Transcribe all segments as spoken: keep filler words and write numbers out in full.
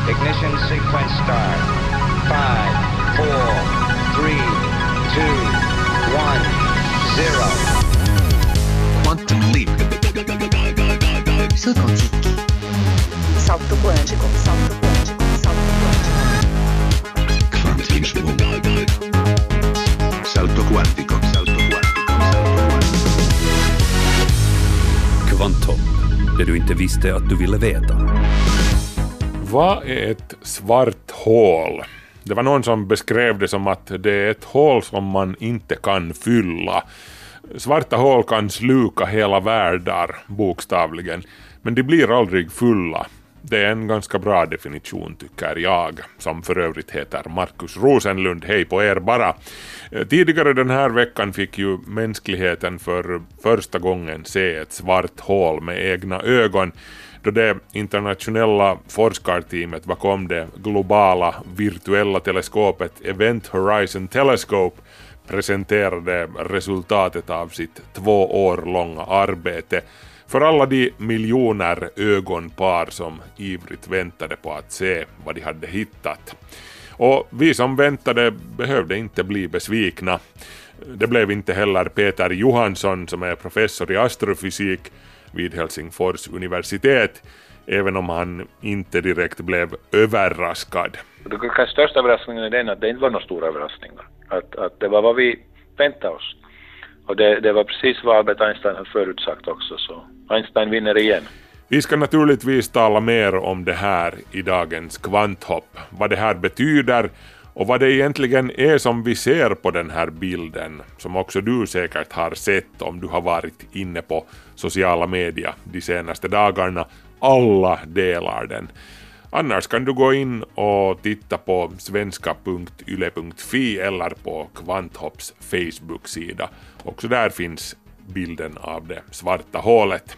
Ignition sequence start. Five, four, three, two, one, zero. Quantum leap. Salto quântico. Salto quântico. Salto quântico. Salto quântico. Salto quantico. Salto quantico. Salto quantico. Kvantum. Det du inte visste att du ville veta. Vad är ett svart hål? Det var någon som beskrev det som att det är ett hål som man inte kan fylla. Svarta hål kan sluka hela världar, bokstavligen. Men de blir aldrig fulla. Det är en ganska bra definition, tycker jag, som för övrigt heter Markus Rosenlund. Hej på er bara. Tidigare den här veckan fick ju mänskligheten för första gången se ett svart hål med egna ögon, då det internationella forskarteamet bakom det globala virtuella teleskopet Event Horizon Telescope presenterade resultatet av sitt två år långa arbete för alla de miljoner ögonpar som ivrigt väntade på att se vad de hade hittat. Och vi som väntade behövde inte bli besvikna. Det blev inte heller Peter Johansson, som är professor i astrofysik vid Helsingfors universitet, även om han inte direkt blev överraskad. Den största överraskningen är den att det inte var några stora överraskningar. Att, att det var vad vi väntade oss. Och det, det var precis vad Albert Einstein har förutsagt också, så Einstein vinner igen. Vi ska naturligtvis tala mer om det här i dagens kvanthopp. Vad det här betyder och vad det egentligen är som vi ser på den här bilden, som också du säkert har sett om du har varit inne på sociala medier de senaste dagarna. Alla delar den. Annars kan du gå in och titta på svenska punkt yle punkt fi eller på Kvanthopps Facebook-sida. Också där finns bilden av det svarta hålet.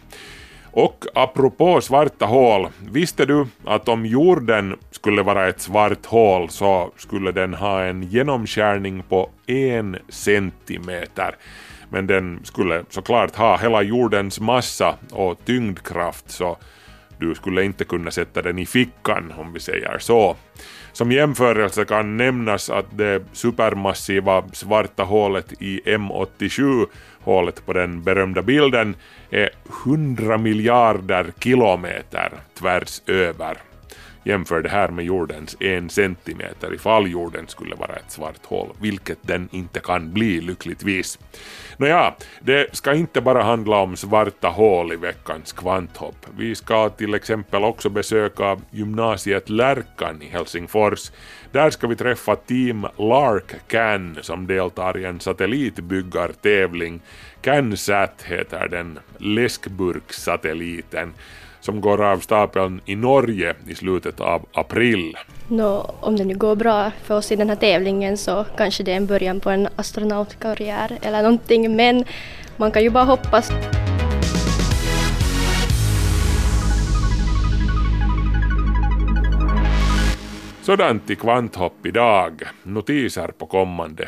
Och apropå svarta hål, visste du att om jorden skulle vara ett svart hål så skulle den ha en genomskärning på en centimeter. Men den skulle såklart ha hela jordens massa och tyngdkraft, så du skulle inte kunna sätta den i fickan, om vi säger så. Som jämförelse kan nämnas att det supermassiva svarta hålet i M åttiosju, hålet på den berömda bilden, är hundra miljarder kilometer tvärs över. Jämför det här med jordens en centimeter ifall jorden skulle vara ett svart hål, vilket den inte kan bli lyckligtvis. Nåja, det ska inte bara handla om svarta hål i veckans kvanthopp. Vi ska till exempel också besöka gymnasiet Lärkan i Helsingfors. Där ska vi träffa Team Lark-Can som deltar i en satellitbyggartävling. CanSat heter den, läskburkssatelliten, som går av stapeln i Norge i slutet av april. Nå, om det nu går bra för oss i den här tävlingen så kanske det är en början på en astronautkarriär eller någonting, men man kan ju bara hoppas. Sådant i kvanthopp idag. Notiser på kommande.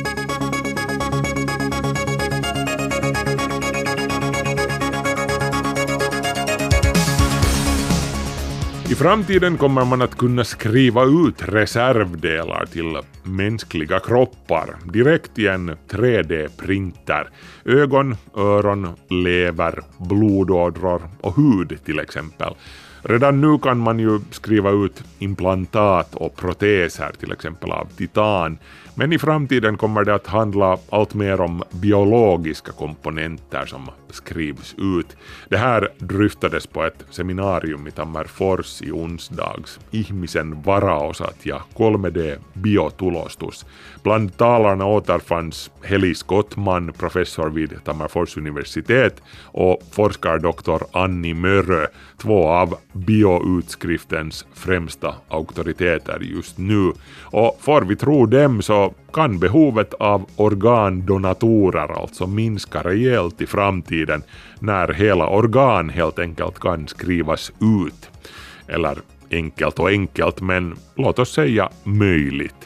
I framtiden kommer man att kunna skriva ut reservdelar till mänskliga kroppar direkt i en tre D-printer. Ögon, öron, lever, blodådror och hud till exempel. Redan nu kan man ju skriva ut implantat och proteser till exempel av titan. Men i framtiden kommer det att handla allt mer om biologiska komponenter som skrivs ut. Det här dryftades på ett seminarium i Tammerfors i onsdags. Ihmisen varaosat ja kolme D-biotulostus. Bland talarna återfanns Heli Skottman, professor vid Tammerfors universitet, och forskardoktor Anni Mörö, två av bioutskriftens främsta auktoriteter just nu. Och får vi tro dem så kan behovet av organdonatorer alltså minska rejält i framtiden när hela organ helt enkelt kan skrivas ut. Eller enkelt och enkelt, men låt oss säga möjligt.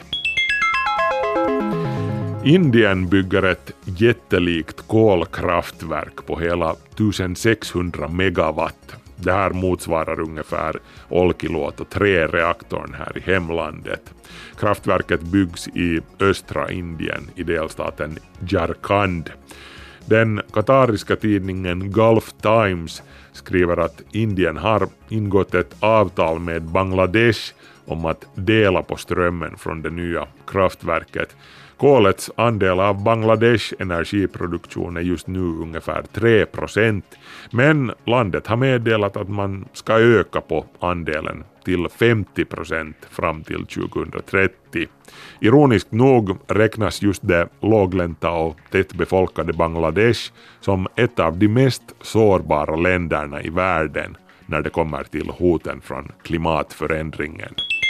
Indien bygger ett jättelikt kolkraftverk på hela sexton hundra megawatt. Det här motsvarar ungefär Olkiluoto tre reaktorn här i hemlandet. Kraftverket byggs i östra Indien i delstaten Jharkhand. Den katariska tidningen Gulf Times skriver att Indien har ingått ett avtal med Bangladesh om att dela på strömmen från det nya kraftverket. Kolets andel av Bangladesh energiproduktion är just nu ungefär tre procent, men landet har meddelat att man ska öka på andelen till femtio procent fram till tjugohundratrettio. Ironiskt nog räknas just det låglänta och tättbefolkade Bangladesh som ett av de mest sårbara länderna i världen när det kommer till hoten från klimatförändringen.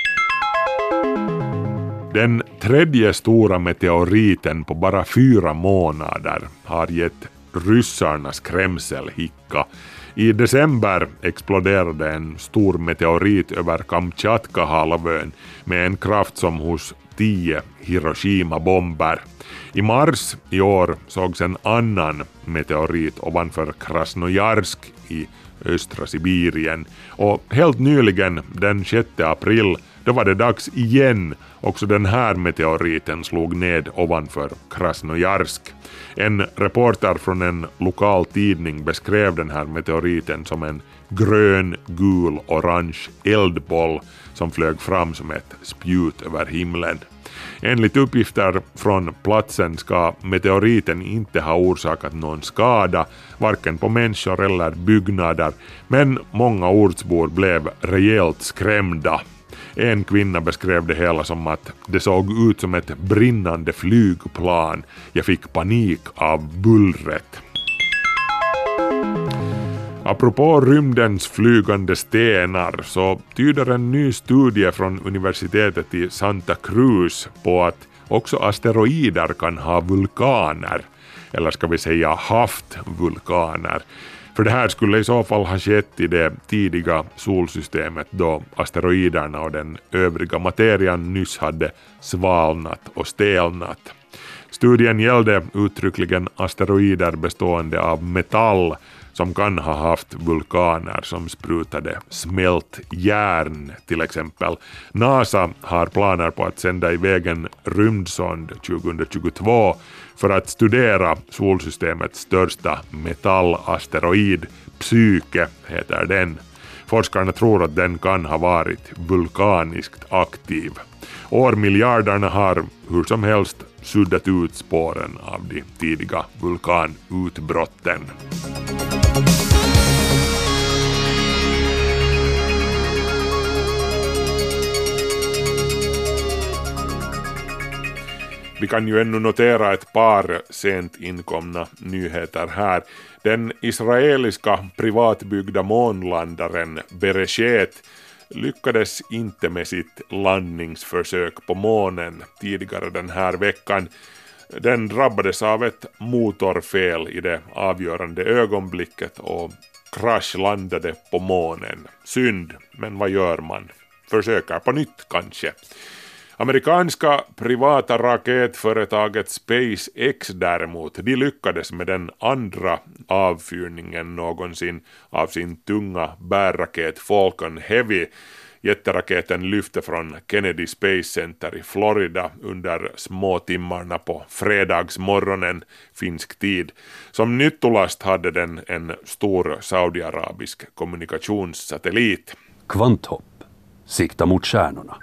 Den tredje stora meteoriten på bara fyra månader har gett ryssarna skrämselhicka. I december exploderade en stor meteorit över Kamchatka-halvön med en kraft som hos tio Hiroshima-bomber. I mars i år sågs en annan meteorit ovanför Krasnojarsk i östra Sibirien. Och helt nyligen, den sjätte april, då var det dags igen. Också den här meteoriten slog ned ovanför Krasnojarsk. En reporter från en lokal tidning beskrev den här meteoriten som en grön, gul, orange eldboll som flög fram som ett spjut över himlen. Enligt uppgifter från platsen ska meteoriten inte ha orsakat någon skada, varken på människor eller byggnader, men många ortsbor blev rejält skrämda. En kvinna beskrev det hela som att det såg ut som ett brinnande flygplan. Jag fick panik av bullret. Apropå rymdens flygande stenar så tyder en ny studie från universitetet i Santa Cruz på att också asteroider kan ha vulkaner. Eller ska vi säga haft vulkaner. För det här skulle i så fall ha skett i det tidiga solsystemet då asteroiderna och den övriga materian nyss hade svalnat och stelnat. Studien gällde uttryckligen asteroider bestående av metall som kan ha haft vulkaner som sprutade smält järn till exempel. NASA har planer på att sända iväg en rymdsond tjugohundratjugotvå för att studera solsystemets största metallasteroid, Psyche heter den. Forskarna tror att den kan ha varit vulkaniskt aktiv. Årmiljarderna har hur som helst suddat ut spåren av de tidiga vulkanutbrotten. Vi kan ju ännu notera ett par sent inkomna nyheter här. Den israeliska privatbyggda månlandaren Bereshet lyckades inte med sitt landningsförsök på månen tidigare den här veckan. Den drabbades av ett motorfel i det avgörande ögonblicket och kraschlandade på månen. Synd, men vad gör man? Försöker på nytt kanske. Amerikanska privata raketföretaget SpaceX däremot, de lyckades med den andra avfyrningen någonsin av sin tunga bärraket Falcon Heavy. Jätteraketen lyfte från Kennedy Space Center i Florida under småtimmarna på fredagsmorgonen finsk tid. Som nyttolast hade den en stor saudiarabisk kommunikationssatellit. Kvanthopp. Sikta mot stjärnorna.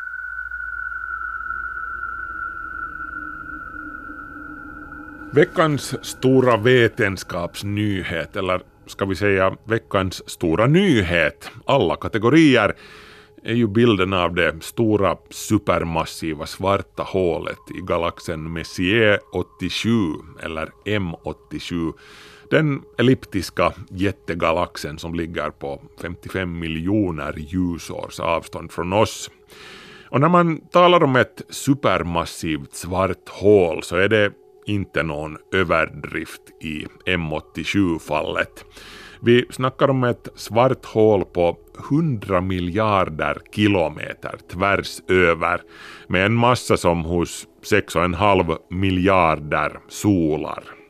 Veckans stora vetenskapsnyhet, eller ska vi säga veckans stora nyhet, alla kategorier, är ju bilden av det stora supermassiva svarta hålet i galaxen Messier åttiosju eller M åttiosju. Den elliptiska jättegalaxen som ligger på femtiofem miljoner ljusårs avstånd från oss. Och när man talar om ett supermassivt svart hål så är det inte någon överdrift i M åttiosju-fallet. Vi snackar om ett svart hål på hundra miljarder kilometer tvärs över med en massa som hos sex och en halv miljarder solar.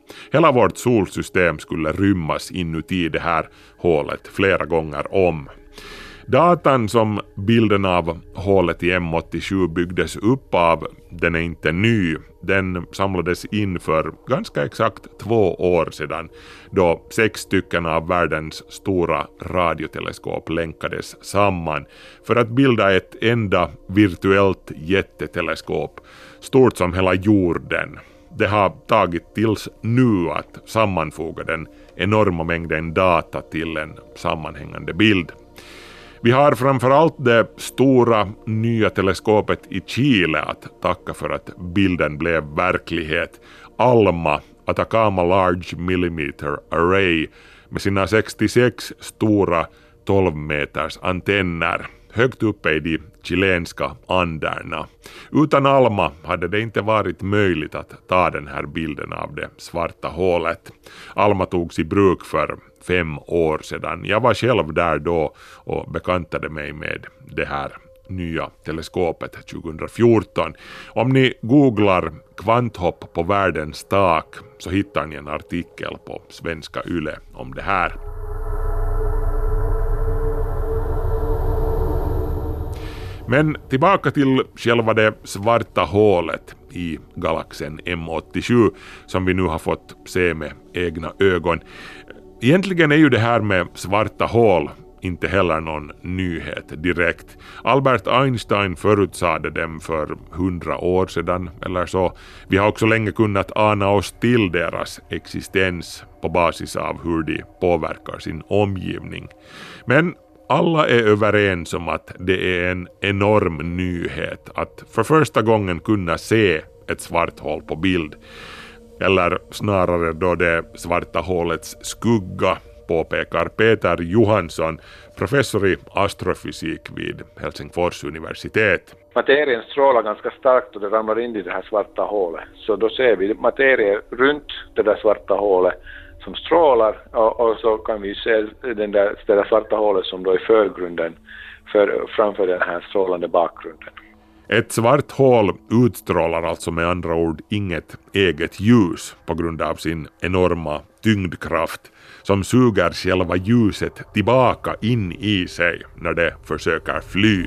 Hela vårt solsystem skulle rymmas inuti det här hålet flera gånger om. Datan som bilden av hålet i M åttiosju byggdes upp av, den är inte ny. Den samlades in för ganska exakt två år sedan då sex stycken av världens stora radioteleskop länkades samman för att bilda ett enda virtuellt jätteteleskop, stort som hela jorden. Det har tagit tills nu att sammanfoga den enorma mängden data till en sammanhängande bild. Vi har framförallt det stora nya teleskopet i Chile att tacka för att bilden blev verklighet. ALMA, Atacama Large Millimeter Array, med sina sextiosex stora tolv meters antenner högt uppe i de chilenska Anderna. Utan ALMA hade det inte varit möjligt att ta den här bilden av det svarta hålet. ALMA togs i bruk för fem år sedan. Jag var själv där då och bekantade mig med det här nya teleskopet tjugohundrafjorton. Om ni googlar kvanthopp på världens tak så hittar ni en artikel på Svenska Yle om det här. Men tillbaka till själva det svarta hålet i galaxen M åttiosju som vi nu har fått se med egna ögon. Egentligen är ju det här med svarta hål inte heller någon nyhet direkt. Albert Einstein förutsade dem för hundra år sedan eller så. Vi har också länge kunnat ana oss till deras existens på basis av hur de påverkar sin omgivning. Men alla är överens om att det är en enorm nyhet att för första gången kunna se ett svart hål på bild. Eller snarare då det svarta hålets skugga, påpekar Peter Johansson, professor i astrofysik vid Helsingfors universitet. Materien strålar ganska starkt och det ramlar in i det här svarta hålet. Så då ser vi materie runt det där svarta hålet som strålar och, och så kan vi se den där, det där svarta hålet som då är förgrunden för, framför den här strålande bakgrunden. Ett svart hål utstrålar alltså med andra ord inget eget ljus på grund av sin enorma tyngdkraft som suger själva ljuset tillbaka in i sig när det försöker fly.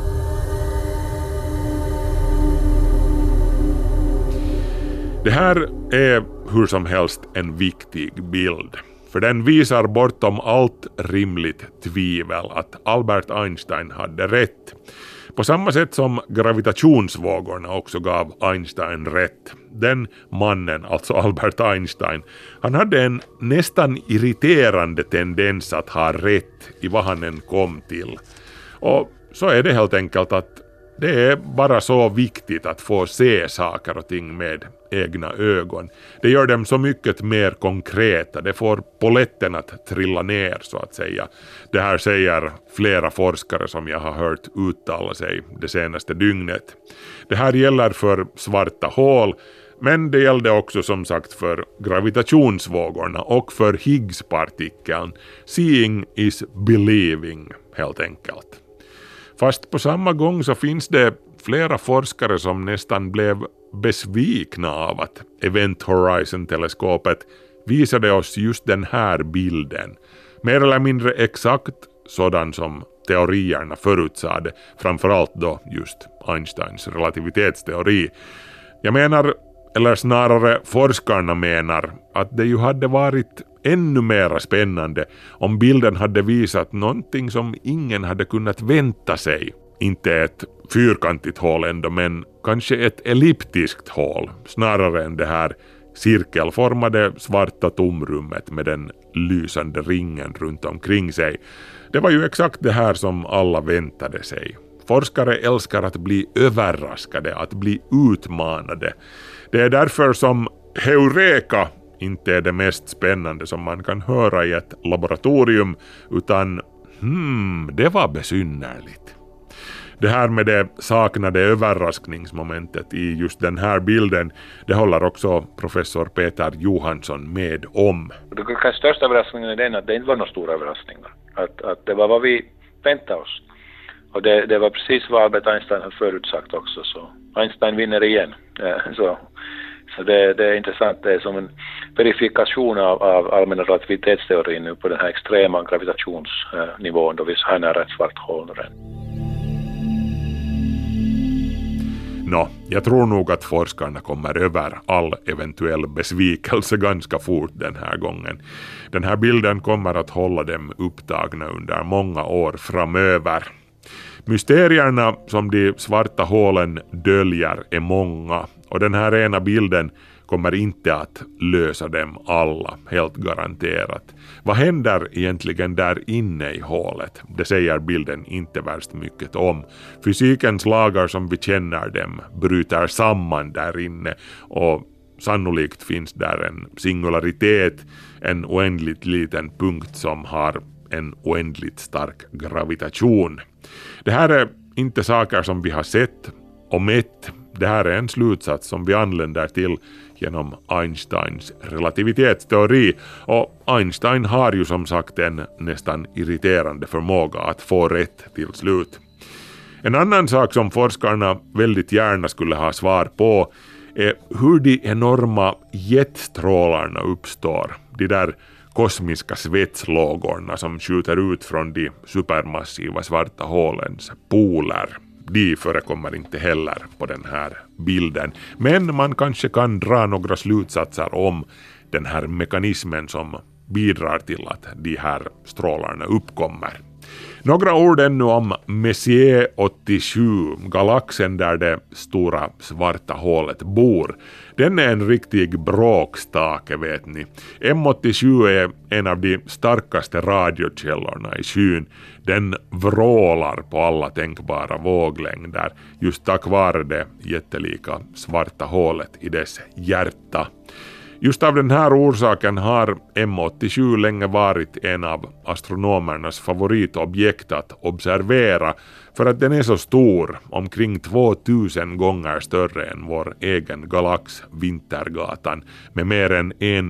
Det här är hur som helst en viktig bild. För den visar bortom allt rimligt tvivel att Albert Einstein hade rätt. På samma sätt som gravitationsvågorna också gav Einstein rätt. Den mannen, alltså Albert Einstein, han hade en nästan irriterande tendens att ha rätt i vad han än kom till. Och så är det helt enkelt att det är bara så viktigt att få se saker och ting med egna ögon. Det gör dem så mycket mer konkreta. Det får poletten att trilla ner så att säga. Det här säger flera forskare som jag har hört uttala sig det senaste dygnet. Det här gäller för svarta hål, men det gällde också som sagt för gravitationsvågorna och för Higgs-partikeln. Seeing is believing helt enkelt. Fast på samma gång så finns det flera forskare som nästan blev besvikna av att Event Horizon-teleskopet visade oss just den här bilden. Mer eller mindre exakt sådan som teorierna förutsade, framförallt då just Einsteins relativitetsteori. Jag menar, eller snarare forskarna menar, att det ju hade varit ännu mer spännande om bilden hade visat någonting som ingen hade kunnat vänta sig. Inte ett fyrkantigt hål ändå, men kanske ett elliptiskt hål, snarare än det här cirkelformade svarta tomrummet med den lysande ringen runt omkring sig. Det var ju exakt det här som alla väntade sig. Forskare älskar att bli överraskade, att bli utmanade. Det är därför som heureka inte är det mest spännande som man kan höra i ett laboratorium, utan hmm, det var besynnerligt. Det här med det saknade överraskningsmomentet i just den här bilden, det håller också professor Peter Johansson med om. Den kanske största överraskningen är den att det inte var några stora överraskningar. Att, att det var vad vi väntade oss. Och det, det var precis vad Albert Einstein har förutsagt också. Så Einstein vinner igen. Så, Så det, det är intressant, det är som en verifikation av, av allmänna relativitetsteorin nu på den här extrema gravitationsnivån då vi är så här nära ett svart hål. Nå, jag tror nog att forskarna kommer över all eventuell besvikelse ganska fort den här gången. Den här bilden kommer att hålla dem upptagna under många år framöver. Mysterierna som de svarta hålen döljer är många, och den här ena bilden kommer inte att lösa dem alla, helt garanterat. Vad händer egentligen där inne i hålet? Det säger bilden inte värst mycket om. Fysikens lagar som vi känner dem bryter samman där inne, och sannolikt finns där en singularitet, en oändligt liten punkt som har en oändligt stark gravitation. Det här är inte saker som vi har sett och mätt. Det här är en slutsats som vi anländer till genom Einsteins relativitetsteori, och Einstein har ju som sagt en nästan irriterande förmåga att få rätt till slut. En annan sak som forskarna väldigt gärna skulle ha svar på är hur de enorma jetstrålarna uppstår, de där kosmiska svetslågorna som skjuter ut från de supermassiva svarta hålens poler. De förekommer inte heller på den här bilden. Men man kanske kan dra några slutsatser om den här mekanismen som bidrar till att de här strålarna uppkommer. Några ord ännu om Messier åttiosju, galaxen där det stora svarta hålet bor. Den är en riktig bråkstake, vet ni. M åttiosju är en av de starkaste radiokällorna i skyn. Den vrålar på alla tänkbara våglängder just tack vare det jättelika svarta hålet i dess hjärta. Just av den här orsaken har M åttiosju länge varit en av astronomernas favoritobjekt att observera, för att den är så stor, omkring tvåtusen gånger större än vår egen galax Vintergatan, med mer än en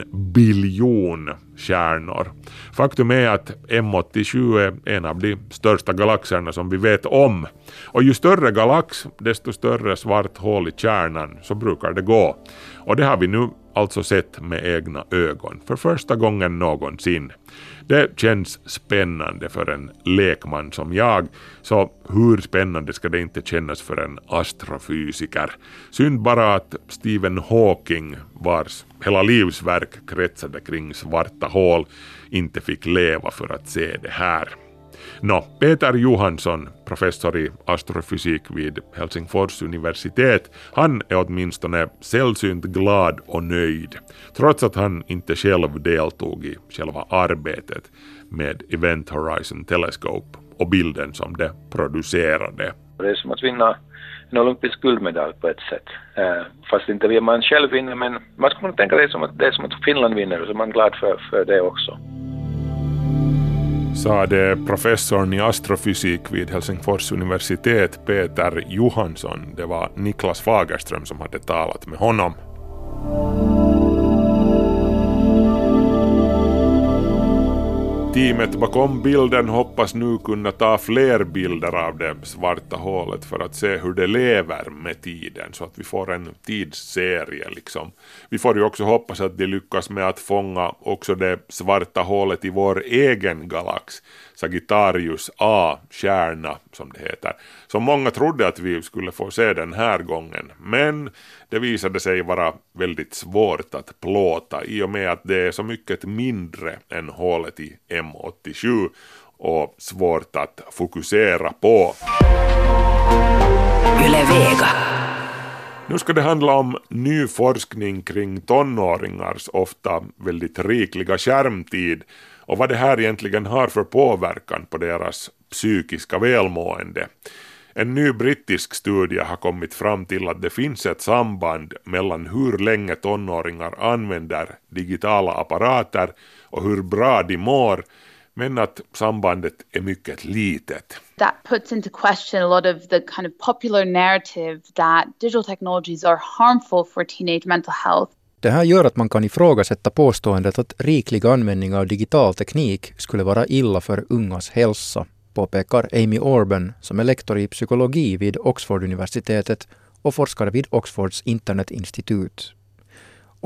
biljon stjärnor. Faktum är att M åttiosju är en av de största galaxerna som vi vet om. Och ju större galax, desto större svart hål i kärnan, så brukar det gå. Och det har vi nu alltså sett med egna ögon för första gången någonsin. Det känns spännande för en lekman som jag, så hur spännande ska det inte kännas för en astrofysiker? Synd bara att Stephen Hawking, vars hela livsverk kretsade kring svarta hål, inte fick leva för att se det här. Nå, Peter Johansson, professor i astrofysik vid Helsingfors universitet, han är åtminstone sällsynt glad och nöjd, trots att han inte själv deltog i själva arbetet med Event Horizon Telescope och bilden som det producerade. Det är som att vinna en olympisk guldmedalj på ett sätt. Eh, fast inte man själv vinner, men man skulle tänka det som att det är som att Finland vinner, så man är glad för, för det också. Sa det professorn i astrofysik vid Helsingfors universitet, Peter Johansson. Det var Niklas Fagerström som hade talat med honom. Teamet bakom bilden hoppas nu kunna ta fler bilder av det svarta hålet för att se hur det lever med tiden, så att vi får en tidsserie liksom. Vi får ju också hoppas att de lyckas med att fånga också det svarta hålet i vår egen galax, Sagittarius A, stjärna som det heter, som många trodde att vi skulle få se den här gången, men det visade sig vara väldigt svårt att plåta i och med att det är så mycket mindre än hålet i M åttiosju och svårt att fokusera på. Yle Vega. Nu ska det handla om ny forskning kring tonåringars ofta väldigt rikliga skärmtid och vad det här egentligen har för påverkan på deras psykiska välmående. En ny brittisk studie har kommit fram till att det finns ett samband mellan hur länge tonåringar använder digitala apparater och hur bra de mår, men att sambandet är mycket litet. That puts into question a lot of the kind of popular narrative that digital technologies are harmful for teenage mental health. Det här gör att man kan ifrågasätta påståendet att riklig användning av digital teknik skulle vara illa för ungas hälsa, påpekar Amy Orban som är lektor i psykologi vid Oxford-universitetet och forskare vid Oxfords internetinstitut.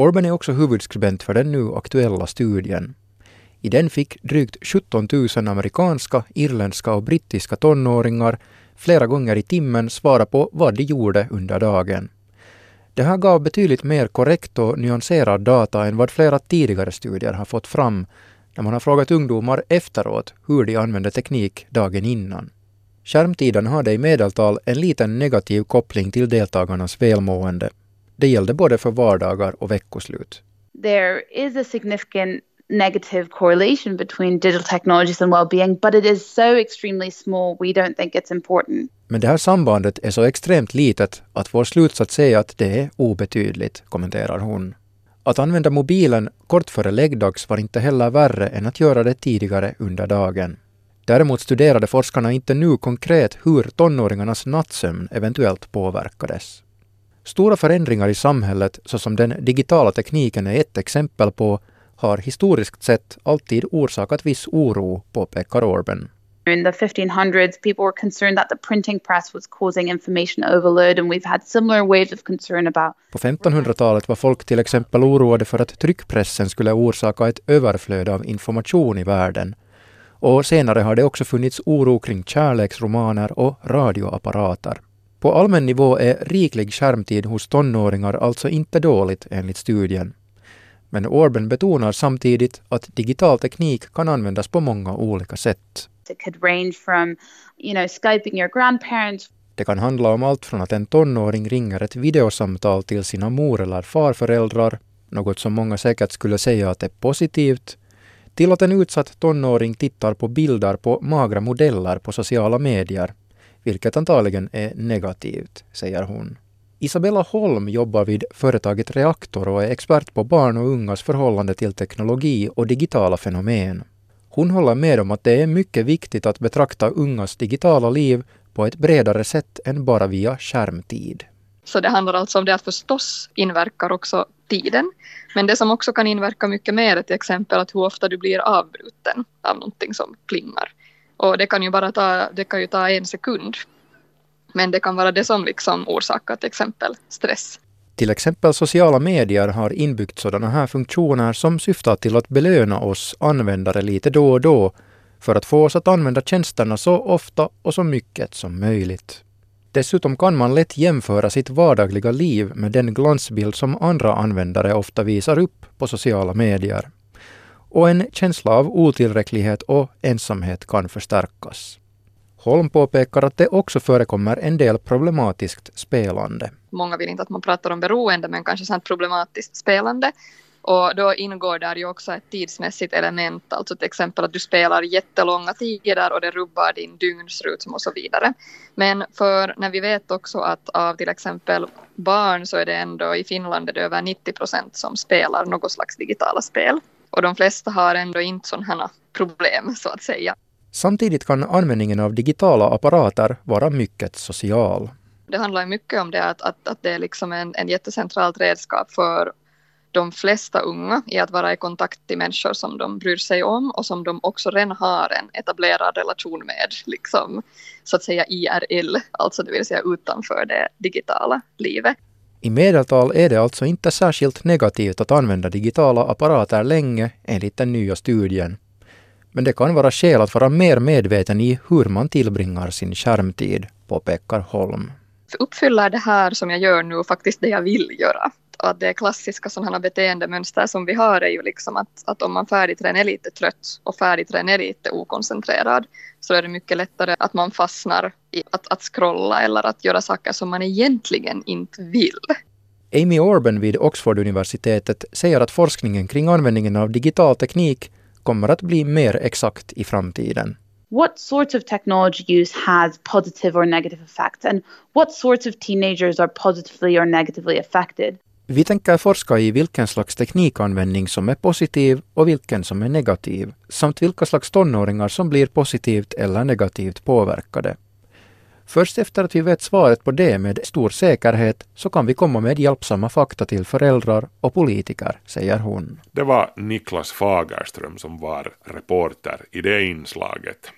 Orben är också huvudskribent för den nu aktuella studien. I den fick drygt sjutton tusen amerikanska, irländska och brittiska tonåringar flera gånger i timmen svara på vad de gjorde under dagen. Det här gav betydligt mer korrekt och nyanserad data än vad flera tidigare studier har fått fram när man har frågat ungdomar efteråt hur de använde teknik dagen innan. Skärmtiden hade i medeltal en liten negativ koppling till deltagarnas välmående. Det gällde både för vardagar och veckoslut. There is a significant negative correlation between digital technologies and well-being, but it is so extremely small we don't think it's important. Men det här sambandet är så extremt litet att vår slutsats är att det är obetydligt, kommenterar hon. Att använda mobilen kort före läggdags var inte heller värre än att göra det tidigare under dagen. Däremot studerade forskarna inte nu konkret hur tonåringarnas nattsömn eventuellt påverkades. Stora förändringar i samhället, såsom den digitala tekniken är ett exempel på, har historiskt sett alltid orsakat viss oro, påpekar Orben. In the fifteen hundreds, people were concerned that the printing press was causing information overload, and we've had similar waves of concern about... På femtonhundratalet var folk till exempel oroade för att tryckpressen skulle orsaka ett överflöd av information i världen. Och senare har det också funnits oro kring kärleksromaner och radioapparater. På allmän nivå är riklig skärmtid hos tonåringar alltså inte dåligt enligt studien. Men Orben betonar samtidigt att digital teknik kan användas på många olika sätt. It could range from, you know, Skyping your grandparents. Det kan handla om allt från att en tonåring ringer ett videosamtal till sina mor- eller farföräldrar, något som många säkert skulle säga att är positivt, till att en utsatt tonåring tittar på bilder på magra modeller på sociala medier, vilket antagligen är negativt, säger hon. Isabella Holm jobbar vid företaget Reaktor och är expert på barn och ungas förhållande till teknologi och digitala fenomen. Hon håller med om att det är mycket viktigt att betrakta ungas digitala liv på ett bredare sätt än bara via skärmtid. Så det handlar alltså om det att förstås inverkar också tiden. Men det som också kan inverka mycket mer är till exempel att hur ofta du blir avbruten av någonting som plingar. Och det kan ju bara ta, det kan ju ta en sekund. Men det kan vara det som liksom orsakar till exempel stress. Till exempel sociala medier har inbyggt sådana här funktioner som syftar till att belöna oss användare lite då och då för att få oss att använda tjänsterna så ofta och så mycket som möjligt. Dessutom kan man lätt jämföra sitt vardagliga liv med den glansbild som andra användare ofta visar upp på sociala medier. Och en känsla av otillräcklighet och ensamhet kan förstärkas. Holm påpekar att det också förekommer en del problematiskt spelande. Många vill inte att man pratar om beroende, men kanske sånt problematiskt spelande. Och då ingår där ju också ett tidsmässigt element, alltså till exempel att du spelar jättelånga tider och det rubbar din dygnsrytm och så vidare. Men för när vi vet också att av till exempel barn så är det ändå i Finland är det över nittio procent som spelar något slags digitala spel. Och de flesta har ändå inte sådana problem så att säga. Samtidigt kan användningen av digitala apparater vara mycket social. Det handlar mycket om det att, att, att det är liksom en, en jättecentralt redskap för de flesta unga i att vara i kontakt med människor som de bryr sig om och som de också redan har en etablerad relation med, liksom, så att säga I R L, alltså det vill säga utanför det digitala livet. I medeltal är det alltså inte särskilt negativt att använda digitala apparater länge enligt den nya studien. Men det kan vara skäl att vara mer medveten i hur man tillbringar sin skärmtid, påpekar Holm. Uppfyller det här som jag gör nu faktiskt det jag vill göra? Att det klassiska sådana beteendemönster som vi har är ju liksom att, att om man färdigtränar är lite trött och färdigtränar är lite okoncentrerad så är det mycket lättare att man fastnar i att, att scrolla eller att göra saker som man egentligen inte vill. Amy Orben vid Oxford-universitetet säger att forskningen kring användningen av digital teknik kommer att bli mer exakt i framtiden. What sorts of technology use has positive or negative effects, and what sorts of teenagers are positively or negatively affected? Vi tänker forska i vilken slags teknikanvändning som är positiv och vilken som är negativ, samt vilka slags tonåringar som blir positivt eller negativt påverkade. Först efter att vi vet svaret på det med stor säkerhet så kan vi komma med hjälpsamma fakta till föräldrar och politiker, säger hon. Det var Niklas Fagerström som var reporter i det inslaget.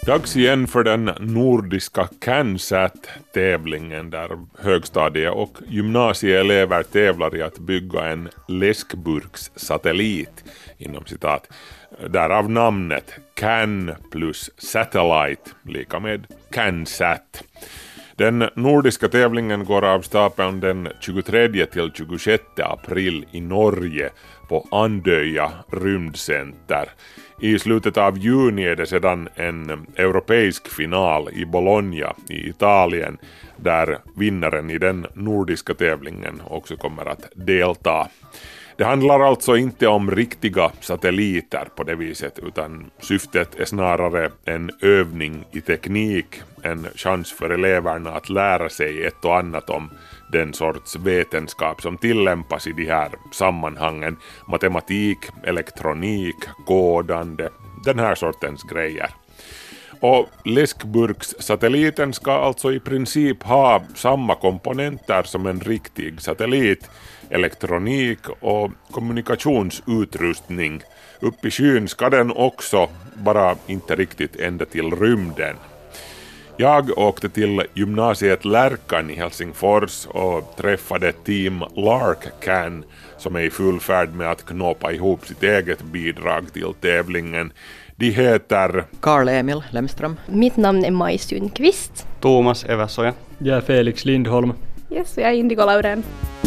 Dags igen för den nordiska CanSat-tävlingen där högstadie- och gymnasieelever tävlar i att bygga en läskburkssatellit inom citat. Därav namnet Can plus Satellite lika med CanSat. Den nordiska tävlingen går av stapeln den tjugotredje till tjugosjätte april i Norge på Andøya rymdcenter. I slutet av juni är det sedan en europeisk final i Bologna i Italien där vinnaren i den nordiska tävlingen också kommer att delta. Det handlar alltså inte om riktiga satelliter på det viset, utan syftet är snarare en övning i teknik, en chans för eleverna att lära sig ett och annat om den sorts vetenskap som tillämpas i de här sammanhangen, matematik, elektronik, kodande, den här sortens grejer. Och läskburkssatelliten ska alltså i princip ha samma komponenter som en riktig satellit, elektronik och kommunikationsutrustning. Upp i skyn ska den också, bara inte riktigt ända till rymden. Jag åkte till gymnasiet Lärkan i Helsingfors och träffade team LarkCan som är i full färd med att knåpa ihop sitt eget bidrag till tävlingen. De heter Karl-Emil Lemström. Mitt namn är Maj Sundqvist. Thomas Eversoja. Jag är Felix Lindholm. Yes, jag är Indigo Laurén.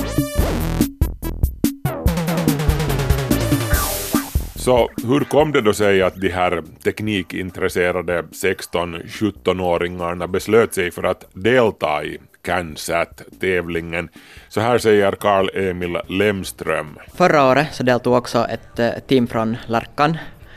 Så hur kom det då sig att de här teknikintresserade sexton-sjutton-åringarna beslöt sig för att delta i CanSat-tävlingen? Så här säger Karl-Emil Lemström. Förra året så deltog också ett uh, team från Lärkan.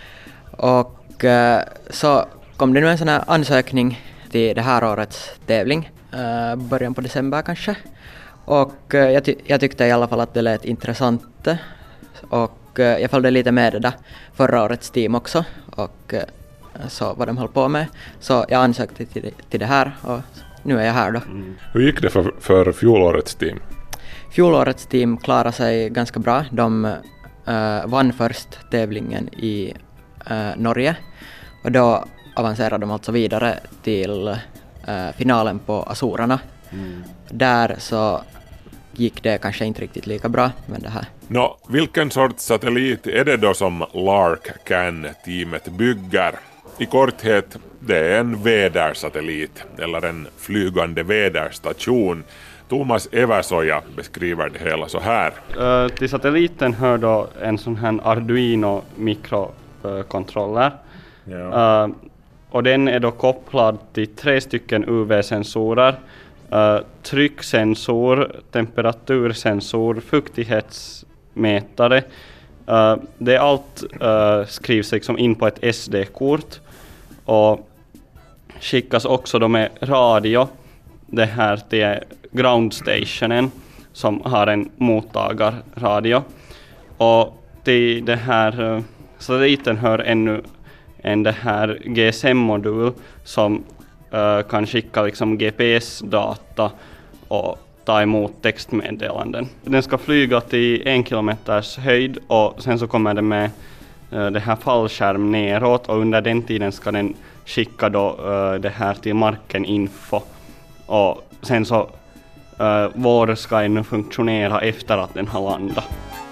Och uh, så kom det nu en sån här ansökning till det här årets tävling. Uh, början på december kanske. Och uh, jag, ty- jag tyckte i alla fall att det lät intressant. Och jag följde lite med det där förra årets team också och så vad de höll på med. Så jag ansökte till, till det här och nu är jag här då. Mm. Hur gick det för, för fjolårets team? Fjolårets team klarade sig ganska bra. De uh, vann först tävlingen i uh, Norge och då avancerade de alltså vidare till uh, finalen på Azorerna. Mm. Där så gick det kanske inte riktigt lika bra med det här. Nå, vilken sorts satellit är det då som LarkCan-teamet bygger? I korthet, det är en vädersatellit eller en flygande väderstation. Thomas Eversoja beskriver det hela så här. Uh, till satelliten hör då en sån här Arduino mikrokontroller. Uh, ja. uh, och den är då kopplad till tre stycken U V-sensorer. Uh, trycksensor, temperatursensor, fuktighetsmätare. Uh, det allt uh, skrivs liksom in på ett S D-kort och skickas också då med radio det här till groundstationen som har en mottagarradio. Och till det här uh, satelliten hör ännu en det här G S M-modul som Uh, kan skicka liksom G P S-data och ta emot textmeddelanden. Den ska flyga till en kilometers höjd och sen så kommer den med uh, det här fallskärm neråt och under den tiden ska den skicka då uh, det här till marken info och sen så uh, vår ska den funktionera efter att den har landat.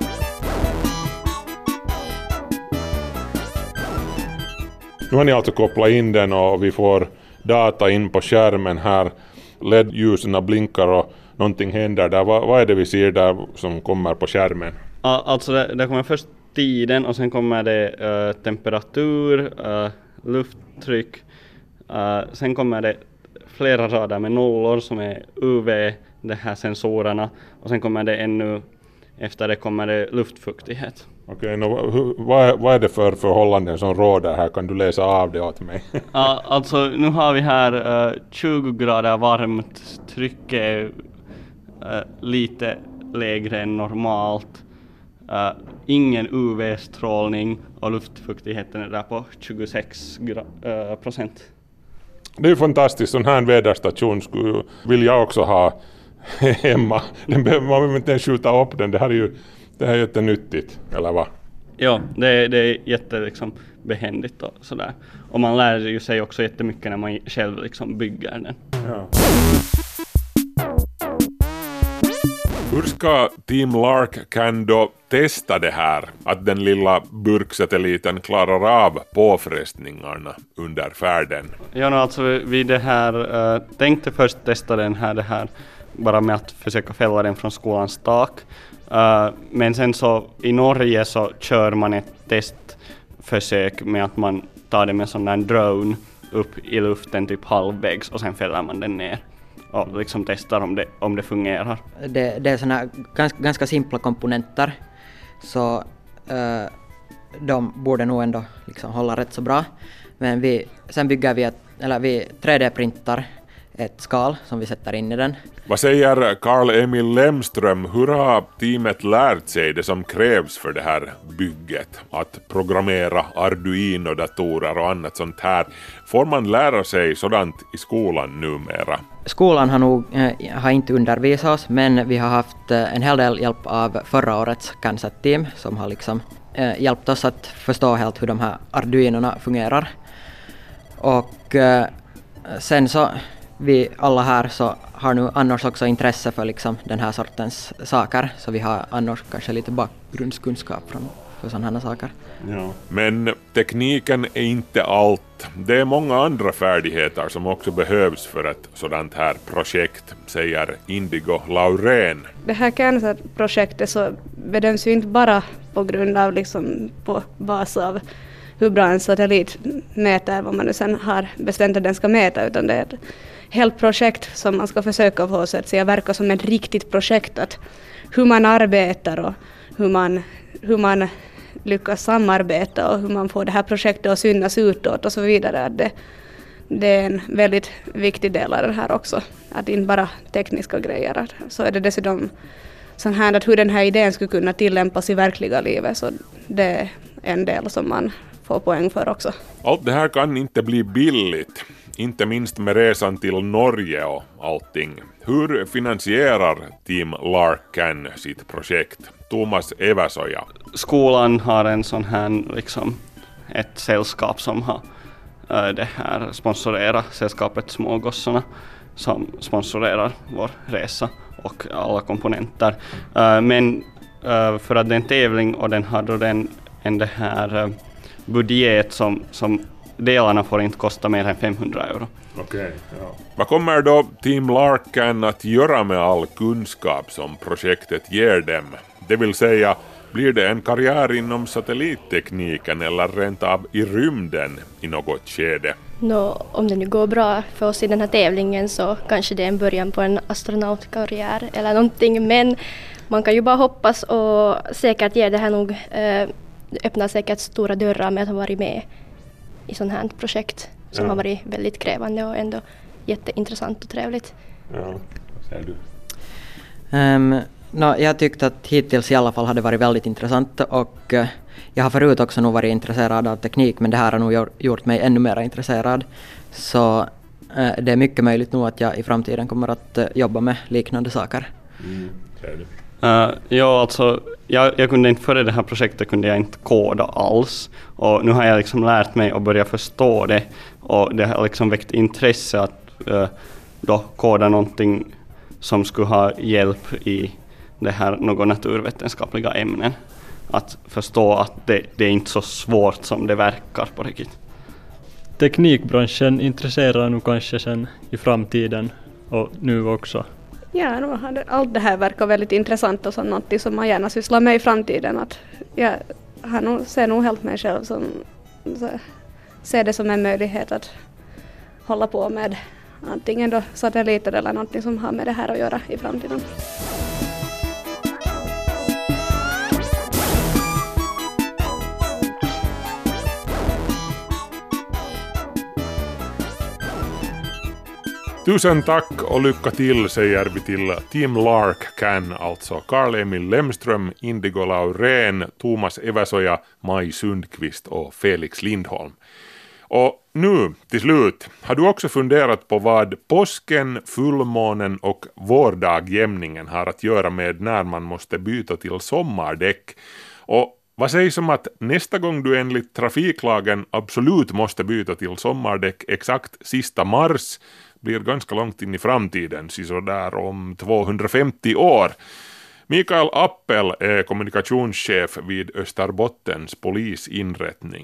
Nu har ni alltså kopplat in den och vi får data in på skärmen här. L E D-ljusen blinkar och någonting händer där. Vad, vad är det vi ser där som kommer på skärmen? Alltså det, det kommer först tiden och sen kommer det uh, temperatur, uh, lufttryck. Uh, sen kommer det flera rader med nollor som är U V, de här sensorerna. Och sen kommer det ännu, efter det kommer det luftfuktighet. Okej, okay, vad, vad är det för förhållanden som råder här? Kan du läsa av det åt mig? Ja, alltså nu har vi här uh, tjugo grader varmt, trycket är uh, lite lägre än normalt. Uh, ingen U V-strålning och luftfuktigheten är där på tjugosex procent. Det är ju fantastiskt, sån här väderstation skulle, vill jag också ha hemma. Man behöver inte skjuta upp den, det här är ju det här är jättenyttigt, eller vad? Ja, det, det är jätte liksom, behändigt och sådär. Och man lär ju sig också jättemycket när man själv liksom, bygger den. Ja. Hur ska Team Lark kan då testa det här, att den lilla burksatelliten klarar av påfrestningarna under färden? Ja, no, alltså vi det här uh, tänkte först testa den här, det här bara med att försöka fälla den från skolans tak. Uh, men sen så i Norge så kör man ett testförsök med att man tar det med sån där drone upp i luften typ halvvägs och sen fäller man den ner. Och liksom testar om det, om det fungerar. Det, det är såna gans, ganska simpla komponenter, så uh, de borde nog ändå liksom hålla rätt så bra. Men vi, sen bygger vi, ett, eller vi tre D-printar ett skal som vi sätter in i den. Vad säger Carl-Emil Lemström? Hur har teamet lärt sig det som krävs för det här bygget? Att programmera Arduino-datorer och annat sånt här. Får man lära sig sådant i skolan numera? Skolan har nog eh, har inte undervisat oss, men vi har haft eh, en hel del hjälp av förra årets CANSAT-team som har liksom, eh, hjälpt oss att förstå helt hur de här Arduinorna fungerar. Och eh, sen så vi alla här så har nu annars också intresse för liksom den här sortens saker, så vi har annars kanske lite bakgrundskunskap från för sådana här saker. Ja. Men tekniken är inte allt. Det är många andra färdigheter som också behövs för ett sådant här projekt, säger Indigo Laurén. Det här CANSAT-projektet så bedöms ju inte bara på grund av liksom på bas av hur bra en satellit mäter, vad man nu sen har bestämt att den ska mäta, utan det är ett helt projekt som man ska försöka få så att säga verka som ett riktigt projekt, att hur man arbetar och hur man, hur man lyckas samarbeta och hur man får det här projektet att synas utåt och så vidare. Det, det är en väldigt viktig del av det här också, att inte bara tekniska grejer. Så är det dessutom så här att hur den här idén skulle kunna tillämpas i verkliga livet, så det är en del som man får poäng för också. Allt det här kan inte bli billigt, inte minst med resan till Norge och allting. Hur finansierar Team Larkan sitt projekt? Thomas Eväsoja. Skolan har en sån här, liksom, ett sällskap som har äh, det här sponsorerat, sällskapet Smågossarna, som sponsorerar vår resa och alla komponenter. Äh, men äh, för att det är en tävling och den har då den, en det här äh, budget som, som delarna får inte kosta mer än femhundra euro. Okej, okay, ja. Vad kommer då Team Larkan att göra med all kunskap som projektet ger dem? Det vill säga, blir det en karriär inom satellittekniken eller rent av i rymden i något skede? Nå, om det nu går bra för oss i den här tävlingen så kanske det är en början på en astronautkarriär eller någonting, men man kan ju bara hoppas, och säkert ger det här nog eh, öppnar säkert stora dörrar med att ha varit med i sånt här projekt som ja. har varit väldigt krävande och ändå jätteintressant och trevligt. Ja, vad säger du? Um, no, jag tyckte att hittills i alla fall hade varit väldigt intressant, och uh, jag har förut också nog varit intresserad av teknik, men det här har nog gjort mig ännu mer intresserad. Så uh, det är mycket möjligt nog att jag i framtiden kommer att uh, jobba med liknande saker. Mm, säger du? Uh, ja, alltså, jag, jag kunde inte, före det här projektet kunde jag inte koda alls, och nu har jag liksom lärt mig att börja förstå det, och det har liksom väckt intresse att uh, då koda någonting som skulle ha hjälp i det här några naturvetenskapliga ämnen. Att förstå att det, det är inte så svårt som det verkar på riktigt. Teknikbranschen intresserar nog kanske sen i framtiden och nu också. Ja, nu hade, allt det här verkar väldigt intressant och så något som man gärna sysslar med i framtiden. Att jag har nog, ser nog helt mig själv som så, ser det som en möjlighet att hålla på med antingen då satelliter eller något som har med det här att göra i framtiden. Tusen tack och lycka till, säger vi till Team Larkan, alltså Carl-Emil Lemström, Indigo Laurén, Thomas Eväsoja, Maj Sundqvist och Felix Lindholm. Och nu till slut, har du också funderat på vad påsken, fullmånen och vårdagjämningen har att göra med när man måste byta till sommardäck? Och Vad sägs om att nästa gång du enligt trafiklagen absolut måste byta till sommardäck exakt sista mars blir ganska långt in i framtiden, så där om tvåhundrafemtio år. Mikael Appel är kommunikationschef vid Österbottens polisinrättning.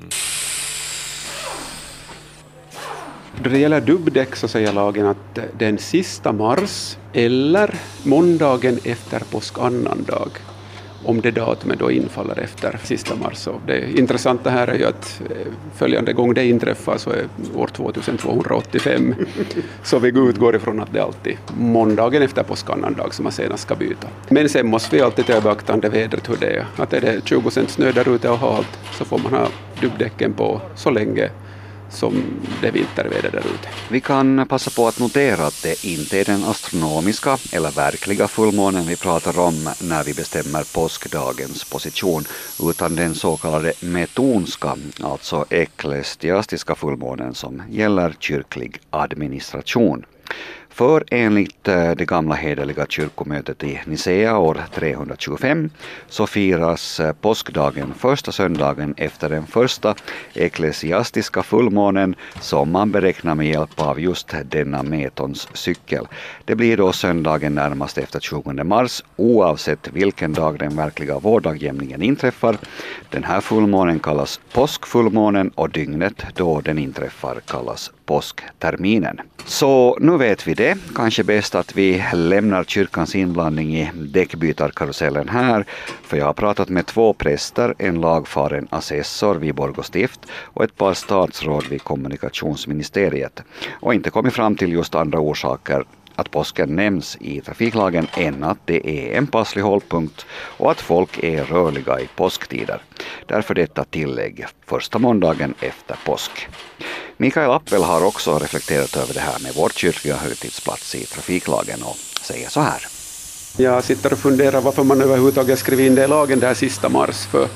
Då det gäller dubbdäck så säger lagen att den sista mars eller måndagen efter påskannandag, om det datumet då infaller efter sista mars. Så det intressanta här är ju att följande gång det inträffar så är år tjugotvåhundraåttiofem. Så vi utgår ifrån att det är alltid måndagen efter påskannandag som man senast ska byta. Men sen måste vi alltid ta i beaktande vädret hur det är. Att är det tjugo cent snö där ute och halt så får man ha dubbdäcken på så länge som det vinterväder där ute. Vi kan passa på att notera att det inte är den astronomiska eller verkliga fullmånen vi pratar om när vi bestämmer påskdagens position, utan den så kallade metonska, alltså eklesiastiska fullmånen som gäller kyrklig administration. För enligt det gamla hederliga kyrkomötet i Nicea år trehundratjugofem så firas påskdagen första söndagen efter den första eklesiastiska fullmånen som man beräknar med hjälp av just denna metons cykel. Det blir då söndagen närmast efter tjugonde mars oavsett vilken dag den verkliga vårdagjämningen inträffar. Den här fullmånen kallas påskfullmånen och dygnet då den inträffar kallas påskterminen. Så nu vet vi det. Kanske bäst att vi lämnar kyrkans inblandning i däckbytarkarusellen här, för jag har pratat med två präster, en lagfaren assessor vid Borgå stift och ett par statsråd vid kommunikationsministeriet, och inte kommit fram till just andra orsaker att påsken nämns i trafiklagen än att det är en passlig hållpunkt och att folk är rörliga i påsktider. Därför detta tillägg första måndagen efter påsk. Mikael Appel har också reflekterat över det här med vår kyrkliga högtidsplats i trafiklagen och säger så här. Jag sitter och funderar varför man överhuvudtaget skriver in det i lagen där sista mars, för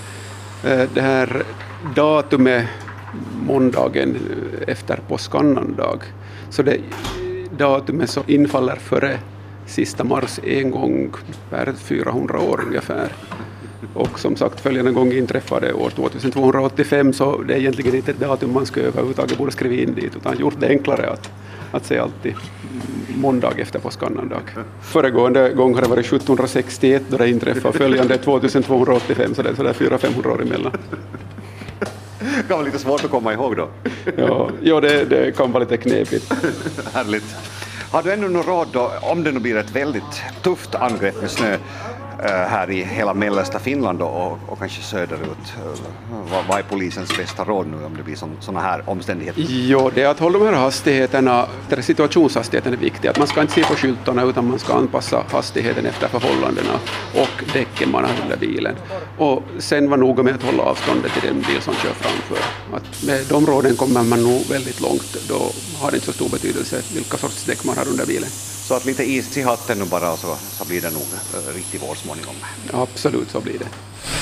det här datumet måndagen efter påskannandag, så det datumet så infaller före sista mars en gång per fyrahundra år ungefär. Och som sagt, följande gång inträffade år tjugotvåhundraåttiofem, så det är egentligen inte ett datum man ska överhuvudtaget borde skriva in dit, utan gjort det enklare att, att säga alltid måndag efter påskannandag. Föregående gång har det varit sjuttonhundrasextioett då det inträffade, följande tjugotvåhundraåttiofem, så det är sådär fyra till femhundra år emellan. Det kan vara lite svårt att komma ihåg då. Ja, ja det, det kan vara lite knepigt. Härligt. Har du ännu något råd då, om det nu blir ett väldigt tufft angrepp med snö här i hela mellersta Finland och, och kanske söderut? Vad, vad är polisens bästa råd nu om det blir sådana här omständigheter? Jo, det är att hålla de här hastigheterna, där situationshastigheten är viktig. Att man ska inte se på skyltarna utan man ska anpassa hastigheten efter förhållandena och däcken man har under bilen. Och sen var noga med att hålla avståndet till den bil som kör framför. Att med de råden kommer man nog väldigt långt. Då har det inte så stor betydelse vilka sorts däck man har under bilen. Så att lite is i hatten nu bara, så, så blir det nog uh, riktigt vår småningom. Absolut, så blir det.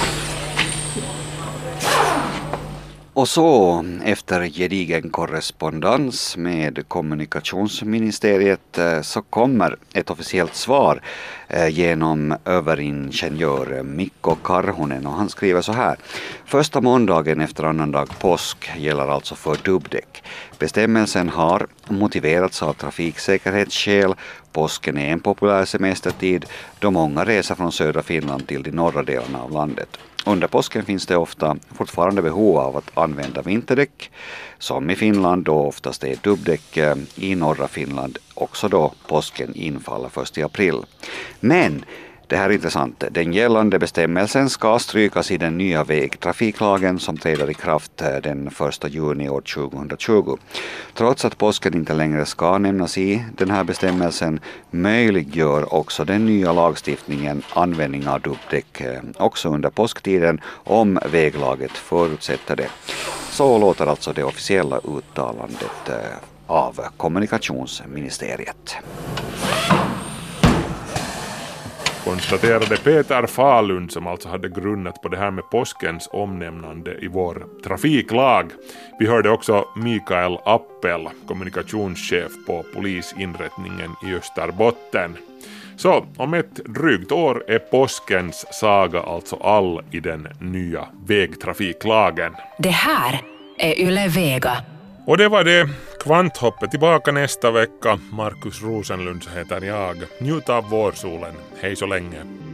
Och så efter gedigen korrespondens med kommunikationsministeriet så kommer ett officiellt svar genom överingenjör Mikko Karhunen, och han skriver så här. Första måndagen efter annandag påsk gäller alltså för dubbdäck. Bestämmelsen har motiverats av trafiksäkerhetsskäl. Påsken är en populär semestertid då många reser från södra Finland till de norra delarna av landet. Under påsken finns det ofta fortfarande behov av att använda vinterdäck, som i Finland då oftast är dubbdäck, i norra Finland också då påsken infaller första april. Men det här är intressant. Den gällande bestämmelsen ska strykas i den nya vägtrafiklagen som träder i kraft den första juni år tjugohundratjugo. Trots att påsken inte längre ska nämnas i den här bestämmelsen möjliggör också den nya lagstiftningen användning av dubbdäck också under påsktiden om väglaget förutsätter det. Så låter alltså det officiella uttalandet av kommunikationsministeriet. Konstaterade Peter Falund, som alltså hade grunnat på det här med påskens omnämnande i vår trafiklag. Vi hörde också Mikael Appel, kommunikationschef på polisinrättningen i Österbotten. Så om ett drygt år är påskens saga alltså all i den nya vägtrafiklagen. Det här är Yle Vega. Och det var det. Kvanthoppet tillbaka nästa vecka. Markus Rosenlund heter jag. Njut av vårsolen. Hej så länge.